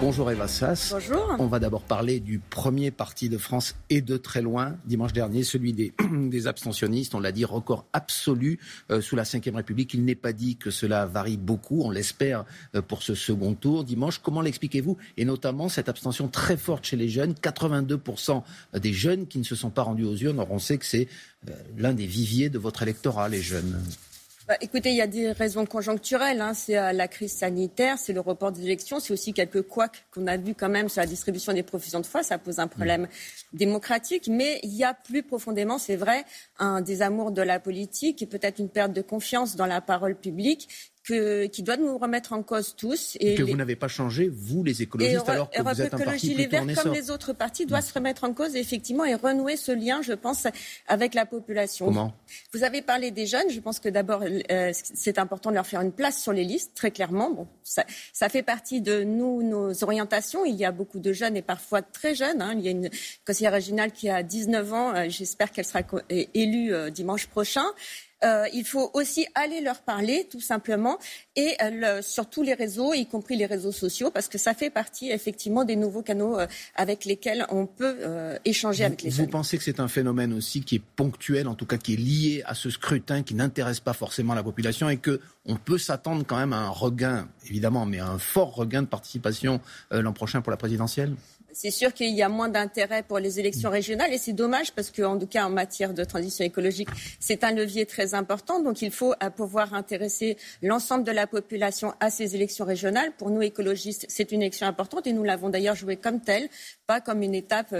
Bonjour Eva Sas. Bonjour. On va d'abord parler du premier parti de France et de très loin, dimanche dernier, celui des abstentionnistes. On l'a dit, record absolu sous la Ve République. Il n'est pas dit que cela varie beaucoup, on l'espère, pour ce second tour. Dimanche, comment l'expliquez-vous ? Et notamment cette abstention très forte chez les jeunes, 82% des jeunes qui ne se sont pas rendus aux urnes. Or, on sait que c'est l'un des viviers de votre électorat, les jeunes. Écoutez, il y a des raisons conjoncturelles. C'est la crise sanitaire, c'est le report des élections, c'est aussi quelques couacs qu'on a vus quand même sur la distribution des professions de foi. Ça pose un problème démocratique. Mais il y a plus profondément, c'est vrai, un désamour de la politique et peut-être une perte de confiance dans la parole publique qui doit nous remettre en cause tous. Et que vous n'avez pas changé, vous les écologistes, alors que vous êtes un parti plutôt en essor. Comme les autres partis, doit se remettre en cause effectivement et renouer ce lien, je pense, avec la population. Comment ? Vous avez parlé des jeunes. Je pense que d'abord, c'est important de leur faire une place sur les listes, très clairement. Bon, ça fait partie de nos orientations. Il y a beaucoup de jeunes et parfois très jeunes. Il y a une conseillère régionale qui a 19 ans. J'espère qu'elle sera élue dimanche prochain. Il faut aussi aller leur parler, tout simplement, et sur tous les réseaux, y compris les réseaux sociaux, parce que ça fait partie, effectivement, des nouveaux canaux avec lesquels on peut échanger avec les jeunes. Vous pensez que c'est un phénomène aussi qui est ponctuel, en tout cas qui est lié à ce scrutin qui n'intéresse pas forcément la population et qu'on peut s'attendre quand même à un regain, évidemment, mais à un fort regain de participation l'an prochain pour la présidentielle ? C'est sûr qu'il y a moins d'intérêt pour les élections régionales et c'est dommage parce qu'en tout cas en matière de transition écologique, c'est un levier très important. Donc il faut pouvoir intéresser l'ensemble de la population à ces élections régionales. Pour nous écologistes, c'est une élection importante et nous l'avons d'ailleurs jouée comme telle, pas comme une étape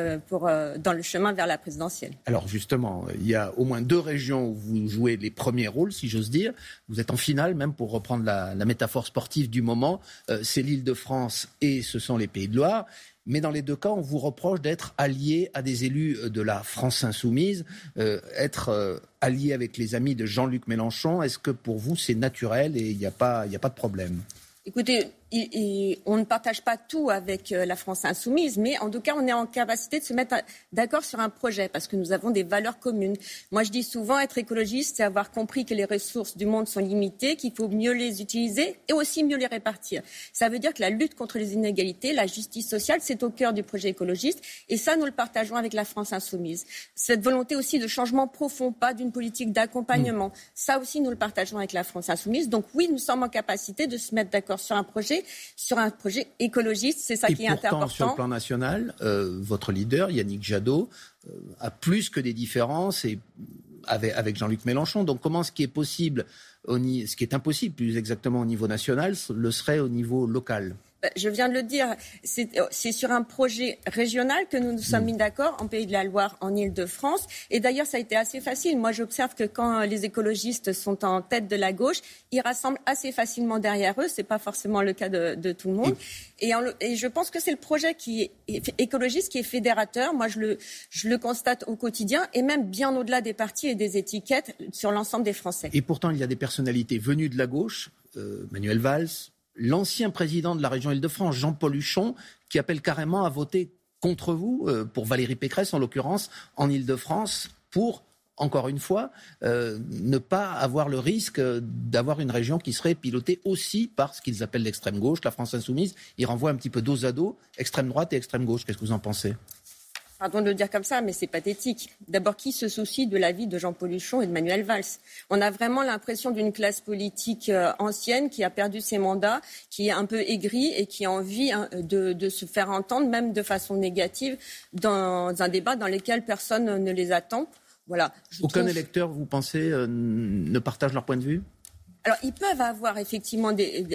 dans le chemin vers la présidentielle. Alors justement, il y a au moins 2 régions où vous jouez les premiers rôles, si j'ose dire. Vous êtes en finale, même pour reprendre la métaphore sportive du moment. C'est l'Île-de-France et ce sont les Pays de Loire. Mais dans les 2 cas, on vous reproche d'être allié à des élus de la France insoumise, être allié avec les amis de Jean-Luc Mélenchon. Est-ce que pour vous, c'est naturel et il n'y a pas de problème ? Écoutez, on ne partage pas tout avec la France insoumise, mais en tout cas, on est en capacité de se mettre d'accord sur un projet parce que nous avons des valeurs communes. Moi, je dis souvent, être écologiste, c'est avoir compris que les ressources du monde sont limitées, qu'il faut mieux les utiliser et aussi mieux les répartir. Ça veut dire que la lutte contre les inégalités, la justice sociale, c'est au cœur du projet écologiste et ça, nous le partageons avec la France insoumise. Cette volonté aussi de changement profond, pas d'une politique d'accompagnement, ça aussi, nous le partageons avec la France insoumise. Donc oui, nous sommes en capacité de se mettre d'accord sur un projet écologiste, c'est ça qui est important. Et pourtant, sur le plan national, votre leader, Yannick Jadot, a plus que des différences avec Jean-Luc Mélenchon. Donc comment ce qui est possible, ce qui est impossible plus exactement au niveau national, le serait au niveau local ? Je viens de le dire, c'est sur un projet régional que nous nous sommes mis d'accord en Pays de la Loire, en Île-de-France. Et d'ailleurs, ça a été assez facile. Moi, j'observe que quand les écologistes sont en tête de la gauche, ils rassemblent assez facilement derrière eux. C'est pas forcément le cas de tout le monde. Et je pense que c'est le projet qui est écologiste, qui est fédérateur. Moi, je le constate au quotidien et même bien au-delà des partis et des étiquettes sur l'ensemble des Français. Et pourtant, il y a des personnalités venues de la gauche, Manuel Valls, l'ancien président de la région Île-de-France, Jean-Paul Huchon, qui appelle carrément à voter contre vous, pour Valérie Pécresse en l'occurrence, en Île-de-France, pour, encore une fois, ne pas avoir le risque d'avoir une région qui serait pilotée aussi par ce qu'ils appellent l'extrême gauche, la France insoumise. Ils renvoient un petit peu dos à dos, extrême droite et extrême gauche. Qu'est-ce que vous en pensez ? Pardon de le dire comme ça, mais c'est pathétique. D'abord, qui se soucie de la vie de Jean-Paul Huchon et de Manuel Valls ? On a vraiment l'impression d'une classe politique ancienne qui a perdu ses mandats, qui est un peu aigrie et qui a envie de se faire entendre, même de façon négative, dans un débat dans lequel personne ne les attend. Voilà. Aucun électeur, vous pensez, ne partage leur point de vue ? Alors, ils peuvent avoir effectivement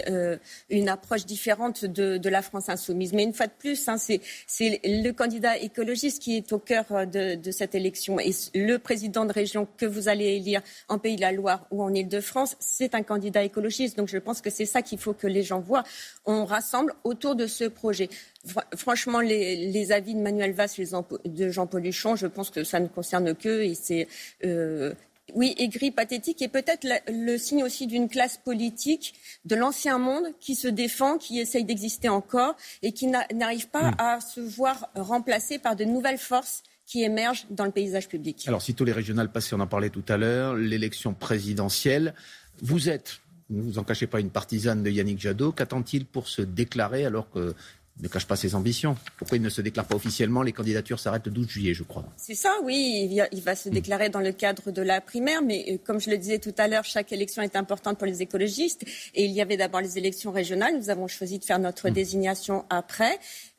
une approche différente de la France insoumise. Mais une fois de plus, c'est le candidat écologiste qui est au cœur de cette élection. Et le président de région que vous allez élire en Pays de la Loire ou en Île-de-France, c'est un candidat écologiste. Donc, je pense que c'est ça qu'il faut que les gens voient. On rassemble autour de ce projet. Franchement, les avis de Manuel Valls et de Jean-Paul Huchon, je pense que ça ne concerne qu'eux. Et c'est... oui, aigri, pathétique, et peut-être le signe aussi d'une classe politique de l'ancien monde qui se défend, qui essaye d'exister encore et qui n'arrive pas à se voir remplacée par de nouvelles forces qui émergent dans le paysage public. Alors, sitôt les régionales passées, on en parlait tout à l'heure, l'élection présidentielle, vous êtes, ne vous en cachez pas, une partisane de Yannick Jadot. Qu'attend-il pour se déclarer alors que ne cache pas ses ambitions. Pourquoi il ne se déclare pas officiellement? Les candidatures s'arrêtent le 12 juillet, je crois. C'est ça, oui. Il va se déclarer dans le cadre de la primaire. Mais comme je le disais tout à l'heure, chaque élection est importante pour les écologistes. Et il y avait d'abord les élections régionales. Nous avons choisi de faire notre désignation après.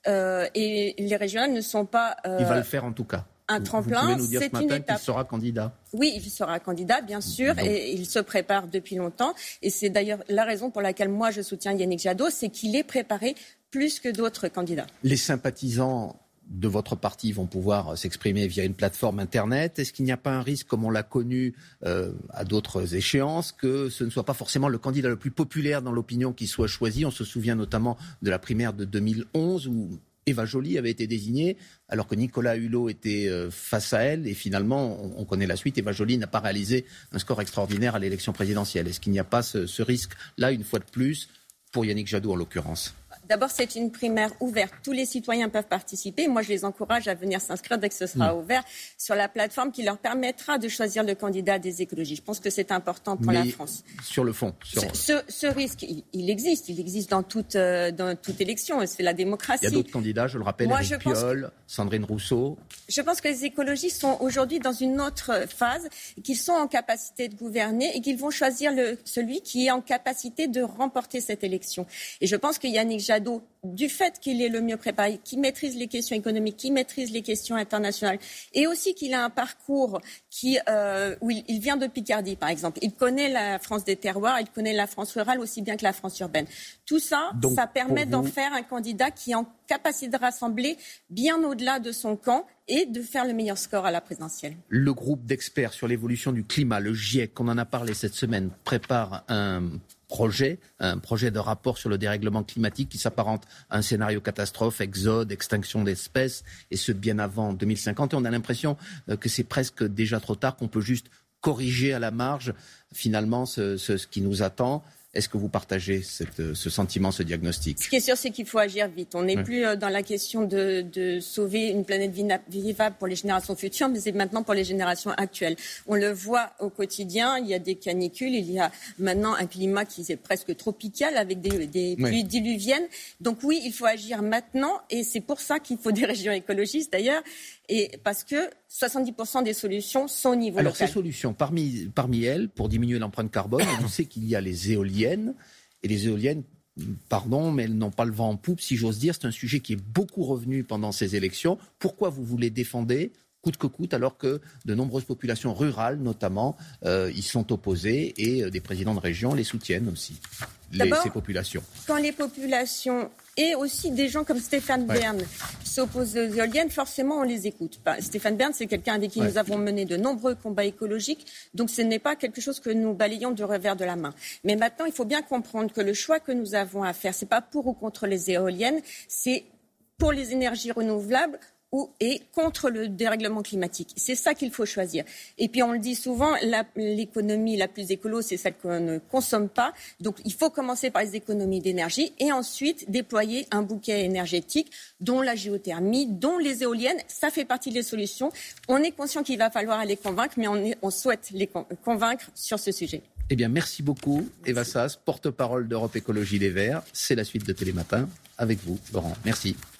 Et les régionales ne sont pas... il va le faire en tout cas. Un tremplin, vous pouvez nous dire c'est ce matin une étape. qu'il sera candidat. Oui, il sera candidat, bien sûr, et il se prépare depuis longtemps. Et c'est d'ailleurs la raison pour laquelle moi je soutiens Yannick Jadot, c'est qu'il est préparé plus que d'autres candidats. Les sympathisants de votre parti vont pouvoir s'exprimer via une plateforme Internet. Est-ce qu'il n'y a pas un risque, comme on l'a connu à d'autres échéances, que ce ne soit pas forcément le candidat le plus populaire dans l'opinion qui soit choisi? On se souvient notamment de la primaire de 2011 où Eva Joly avait été désignée alors que Nicolas Hulot était face à elle et finalement, on connaît la suite, Eva Joly n'a pas réalisé un score extraordinaire à l'élection présidentielle. Est-ce qu'il n'y a pas ce risque-là, une fois de plus, pour Yannick Jadot en l'occurrence? D'abord, c'est une primaire ouverte. Tous les citoyens peuvent participer. Moi, je les encourage à venir s'inscrire dès que ce sera ouvert sur la plateforme qui leur permettra de choisir le candidat des écologistes. Je pense que c'est important pour la France. Sur le fond, ce risque, il existe. Il existe dans toute élection. C'est la démocratie. Il y a d'autres candidats, je le rappelle, Éric Piolle, Sandrine Rousseau. Je pense que les écologistes sont aujourd'hui dans une autre phase, qu'ils sont en capacité de gouverner et qu'ils vont choisir celui qui est en capacité de remporter cette élection. Et je pense que Yannick Jadot, du fait qu'il est le mieux préparé, qu'il maîtrise les questions économiques, qu'il maîtrise les questions internationales, et aussi qu'il a un parcours où il vient de Picardie, par exemple. Il connaît la France des terroirs, il connaît la France rurale aussi bien que la France urbaine. Tout ça, ça permet d'en faire un candidat qui est en capacité de rassembler bien au-delà de son camp et de faire le meilleur score à la présidentielle. Le groupe d'experts sur l'évolution du climat, le GIEC, on en a parlé cette semaine, prépare un projet de rapport sur le dérèglement climatique qui s'apparente à un scénario catastrophe, exode, extinction d'espèces, et ce bien avant 2050. Et on a l'impression que c'est presque déjà trop tard, qu'on peut juste corriger à la marge finalement ce qui nous attend. Est-ce que vous partagez ce sentiment, ce diagnostic? Ce qui est sûr, c'est qu'il faut agir vite. On n'est plus dans la question de sauver une planète vivable pour les générations futures, mais c'est maintenant pour les générations actuelles. On le voit au quotidien, il y a des canicules, il y a maintenant un climat qui est presque tropical avec des pluies diluviennes. Donc oui, il faut agir maintenant et c'est pour ça qu'il faut des régions écologistes d'ailleurs. Et parce que 70% des solutions sont au niveau local. Alors ces solutions, parmi elles, pour diminuer l'empreinte carbone, on sait qu'il y a les éoliennes. Et les éoliennes, pardon, mais elles n'ont pas le vent en poupe, si j'ose dire. C'est un sujet qui est beaucoup revenu pendant ces élections. Pourquoi vous les défendez coûte que coûte, alors que de nombreuses populations rurales, notamment, y sont opposées et des présidents de région les soutiennent aussi, ces populations. Quand les populations et aussi des gens comme Stéphane Bern s'opposent aux éoliennes, forcément on les écoute. Stéphane Bern, c'est quelqu'un avec qui nous avons mené de nombreux combats écologiques, donc ce n'est pas quelque chose que nous balayons du revers de la main. Mais maintenant, il faut bien comprendre que le choix que nous avons à faire, c'est pas pour ou contre les éoliennes, c'est pour les énergies renouvelables et contre le dérèglement climatique. C'est ça qu'il faut choisir. Et puis on le dit souvent, l'économie la plus écolo, c'est celle qu'on ne consomme pas. Donc il faut commencer par les économies d'énergie et ensuite déployer un bouquet énergétique, dont la géothermie, dont les éoliennes. Ça fait partie des solutions. On est conscient qu'il va falloir les convaincre, mais on souhaite les convaincre sur ce sujet. Eh bien, merci beaucoup, Eva Sas, porte-parole d'Europe Écologie Les Verts. C'est la suite de Télématin avec vous, Laurent. Merci.